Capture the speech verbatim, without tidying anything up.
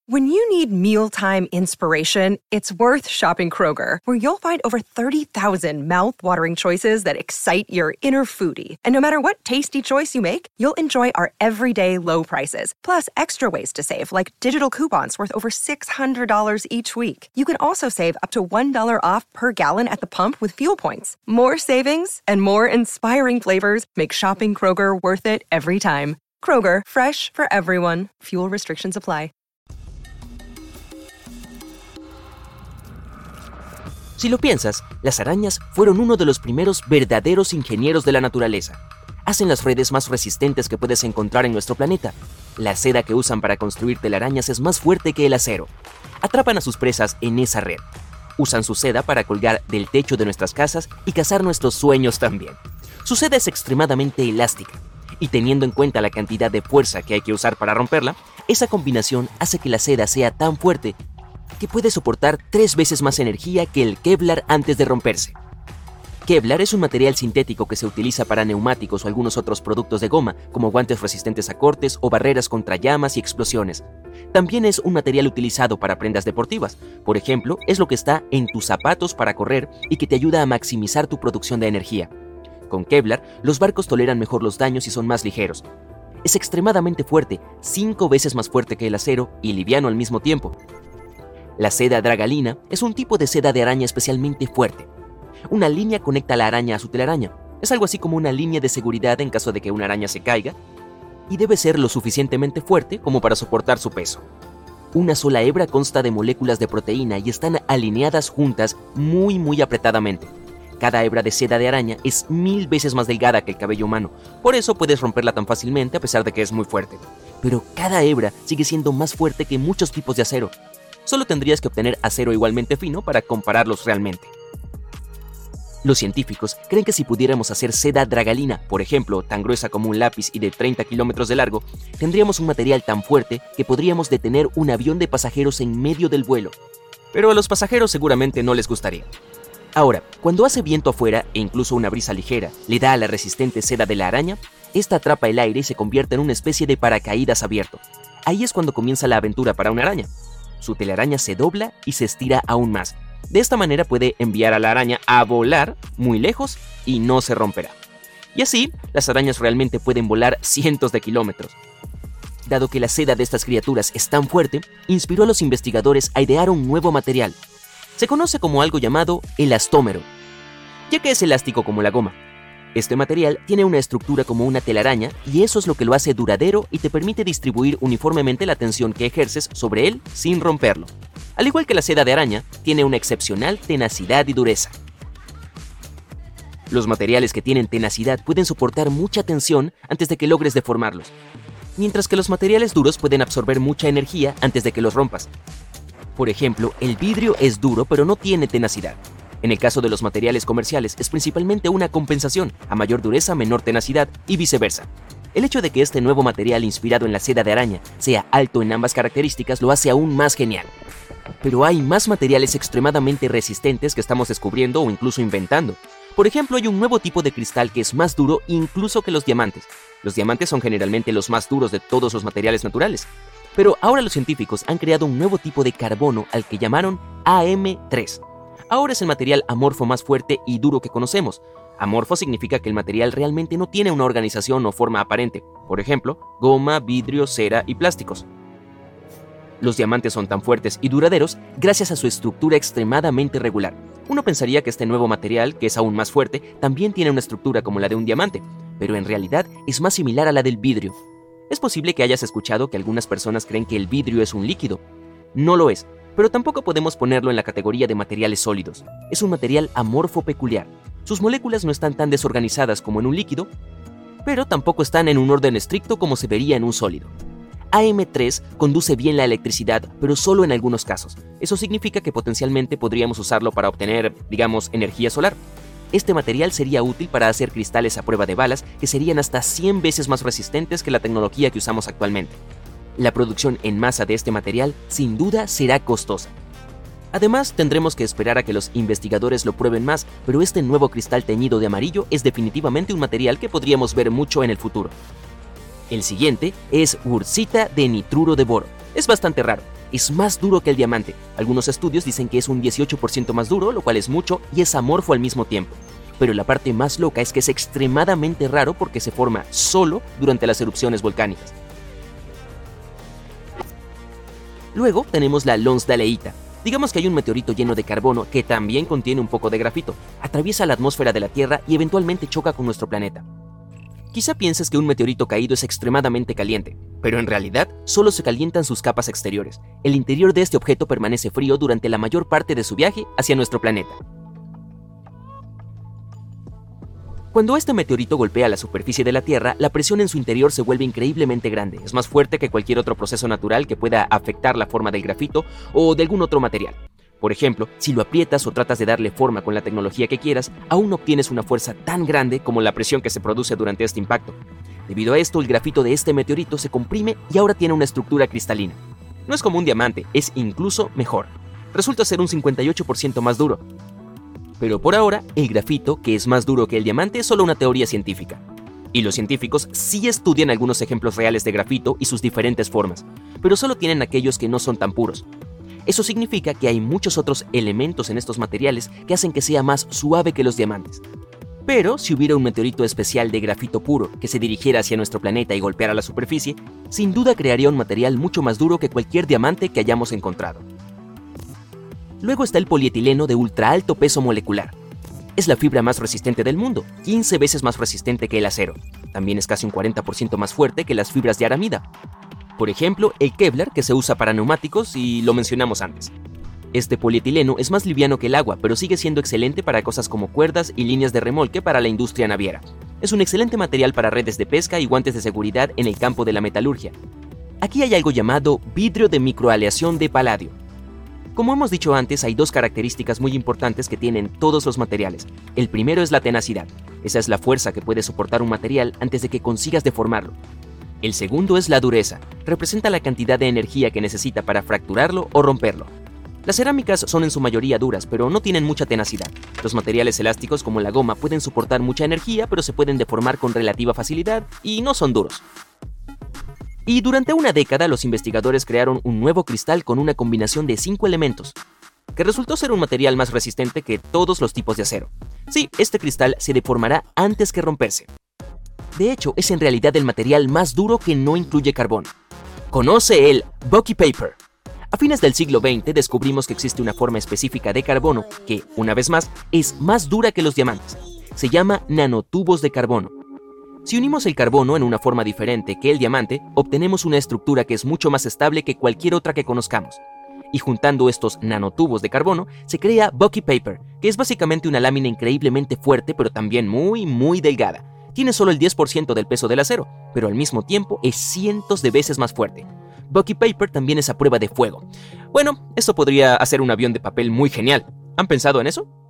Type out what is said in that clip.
When you need mealtime inspiration, it's worth shopping Kroger, where you'll find over thirty thousand mouth-watering choices that excite your inner foodie. And no matter what tasty choice you make, you'll enjoy our everyday low prices, plus extra ways to save, like digital coupons worth over six hundred dollars each week. You can also save up to one dollar off per gallon at the pump with fuel points. More savings and more inspiring flavors make shopping Kroger worth it every time. Kroger, fresh for everyone. Fuel restrictions apply. Si lo piensas, las arañas fueron uno de los primeros verdaderos ingenieros de la naturaleza. Hacen las redes más resistentes que puedes encontrar en nuestro planeta. La seda que usan para construir telarañas es más fuerte que el acero. Atrapan a sus presas en esa red. Usan su seda para colgar del techo de nuestras casas y cazar nuestros sueños también. Su seda es extremadamente elástica, y teniendo en cuenta la cantidad de fuerza que hay que usar para romperla, esa combinación hace que la seda sea tan fuerte que puede soportar tres veces más energía que el Kevlar antes de romperse. Kevlar es un material sintético que se utiliza para neumáticos o algunos otros productos de goma, como guantes resistentes a cortes o barreras contra llamas y explosiones. También es un material utilizado para prendas deportivas. Por ejemplo, es lo que está en tus zapatos para correr y que te ayuda a maximizar tu producción de energía. Con Kevlar, los barcos toleran mejor los daños y son más ligeros. Es extremadamente fuerte, cinco veces más fuerte que el acero y liviano al mismo tiempo. La seda dragalina es un tipo de seda de araña especialmente fuerte. Una línea conecta la araña a su telaraña. Es algo así como una línea de seguridad en caso de que una araña se caiga, y debe ser lo suficientemente fuerte como para soportar su peso. Una sola hebra consta de moléculas de proteína y están alineadas juntas muy muy apretadamente. Cada hebra de seda de araña es mil veces más delgada que el cabello humano, por eso puedes romperla tan fácilmente a pesar de que es muy fuerte. Pero cada hebra sigue siendo más fuerte que muchos tipos de acero. Solo tendrías que obtener acero igualmente fino para compararlos realmente. Los científicos creen que si pudiéramos hacer seda dragalina, por ejemplo, tan gruesa como un lápiz y de treinta kilómetros de largo, tendríamos un material tan fuerte que podríamos detener un avión de pasajeros en medio del vuelo. Pero a los pasajeros seguramente no les gustaría. Ahora, cuando hace viento afuera e incluso una brisa ligera le da a la resistente seda de la araña, esta atrapa el aire y se convierte en una especie de paracaídas abierto. Ahí es cuando comienza la aventura para una araña. Su telaraña se dobla y se estira aún más. De esta manera puede enviar a la araña a volar muy lejos y no se romperá. Y así, las arañas realmente pueden volar cientos de kilómetros. Dado que la seda de estas criaturas es tan fuerte, inspiró a los investigadores a idear un nuevo material. Se conoce como algo llamado elastómero, ya que es elástico como la goma. Este material tiene una estructura como una telaraña y eso es lo que lo hace duradero y te permite distribuir uniformemente la tensión que ejerces sobre él sin romperlo. Al igual que la seda de araña, tiene una excepcional tenacidad y dureza. Los materiales que tienen tenacidad pueden soportar mucha tensión antes de que logres deformarlos, mientras que los materiales duros pueden absorber mucha energía antes de que los rompas. Por ejemplo, el vidrio es duro pero no tiene tenacidad. En el caso de los materiales comerciales es principalmente una compensación, a mayor dureza menor tenacidad y viceversa. El hecho de que este nuevo material inspirado en la seda de araña sea alto en ambas características lo hace aún más genial. Pero hay más materiales extremadamente resistentes que estamos descubriendo o incluso inventando. Por ejemplo, hay un nuevo tipo de cristal que es más duro incluso que los diamantes. Los diamantes son generalmente los más duros de todos los materiales naturales. Pero ahora los científicos han creado un nuevo tipo de carbono al que llamaron A M tres. Ahora es el material amorfo más fuerte y duro que conocemos. Amorfo significa que el material realmente no tiene una organización o forma aparente. Por ejemplo, goma, vidrio, cera y plásticos. Los diamantes son tan fuertes y duraderos gracias a su estructura extremadamente regular. Uno pensaría que este nuevo material, que es aún más fuerte, también tiene una estructura como la de un diamante, pero en realidad es más similar a la del vidrio. Es posible que hayas escuchado que algunas personas creen que el vidrio es un líquido. No lo es. Pero tampoco podemos ponerlo en la categoría de materiales sólidos. Es un material amorfo peculiar. Sus moléculas no están tan desorganizadas como en un líquido, pero tampoco están en un orden estricto como se vería en un sólido. A M tres conduce bien la electricidad, pero solo en algunos casos. Eso significa que potencialmente podríamos usarlo para obtener, digamos, energía solar. Este material sería útil para hacer cristales a prueba de balas que serían hasta cien veces más resistentes que la tecnología que usamos actualmente. La producción en masa de este material sin duda será costosa. Además, tendremos que esperar a que los investigadores lo prueben más, pero este nuevo cristal teñido de amarillo es definitivamente un material que podríamos ver mucho en el futuro. El siguiente es ursita de nitruro de boro. Es bastante raro. es más duro que el diamante. Algunos estudios dicen que es un dieciocho por ciento más duro, lo cual es mucho, y es amorfo al mismo tiempo. Pero la parte más loca es que es extremadamente raro porque se forma solo durante las erupciones volcánicas. Luego tenemos la lonsdaleita. Digamos que hay un meteorito lleno de carbono que también contiene un poco de grafito, atraviesa la atmósfera de la Tierra y eventualmente choca con nuestro planeta. Quizá pienses que un meteorito caído es extremadamente caliente, pero en realidad solo se calientan sus capas exteriores. El interior de este objeto permanece frío durante la mayor parte de su viaje hacia nuestro planeta. Cuando este meteorito golpea la superficie de la Tierra, la presión en su interior se vuelve increíblemente grande. Es más fuerte que cualquier otro proceso natural que pueda afectar la forma del grafito o de algún otro material. Por ejemplo, si lo aprietas o tratas de darle forma con la tecnología que quieras, aún no obtienes una fuerza tan grande como la presión que se produce durante este impacto. Debido a esto, el grafito de este meteorito se comprime y ahora tiene una estructura cristalina. No es como un diamante, es incluso mejor. Resulta ser un cincuenta y ocho por ciento más duro. Pero por ahora, el grafito, que es más duro que el diamante, es solo una teoría científica. Y los científicos sí estudian algunos ejemplos reales de grafito y sus diferentes formas, pero solo tienen aquellos que no son tan puros. Eso significa que hay muchos otros elementos en estos materiales que hacen que sea más suave que los diamantes. Pero si hubiera un meteorito especial de grafito puro que se dirigiera hacia nuestro planeta y golpeara la superficie, sin duda crearía un material mucho más duro que cualquier diamante que hayamos encontrado. Luego está el polietileno de ultra alto peso molecular. Es la fibra más resistente del mundo, quince veces más resistente que el acero. También es casi un cuarenta por ciento más fuerte que las fibras de aramida. Por ejemplo, el Kevlar, que se usa para neumáticos y lo mencionamos antes. Este polietileno es más liviano que el agua, pero sigue siendo excelente para cosas como cuerdas y líneas de remolque para la industria naviera. Es un excelente material para redes de pesca y guantes de seguridad en el campo de la metalurgia. Aquí hay algo llamado vidrio de microaleación de paladio. Como hemos dicho antes, hay dos características muy importantes que tienen todos los materiales. El primero es la tenacidad. Esa es la fuerza que puede soportar un material antes de que consigas deformarlo. El segundo es la dureza. Representa la cantidad de energía que necesita para fracturarlo o romperlo. Las cerámicas son en su mayoría duras, pero no tienen mucha tenacidad. Los materiales elásticos como la goma pueden soportar mucha energía, pero se pueden deformar con relativa facilidad y no son duros. Y durante una década los investigadores crearon un nuevo cristal con una combinación de cinco elementos, que resultó ser un material más resistente que todos los tipos de acero. Sí, este cristal se deformará antes que romperse. De hecho, es en realidad el material más duro que no incluye carbono. Conoce el Bucky Paper. A fines del siglo veinte descubrimos que existe una forma específica de carbono que, una vez más, es más dura que los diamantes. Se llama nanotubos de carbono. Si unimos el carbono en una forma diferente que el diamante, obtenemos una estructura que es mucho más estable que cualquier otra que conozcamos. Y juntando estos nanotubos de carbono, se crea Bucky Paper, que es básicamente una lámina increíblemente fuerte, pero también muy, muy delgada. Tiene solo el diez por ciento del peso del acero, pero al mismo tiempo es cientos de veces más fuerte. Bucky Paper también es a prueba de fuego. Bueno, esto podría hacer un avión de papel muy genial. ¿Han pensado en eso?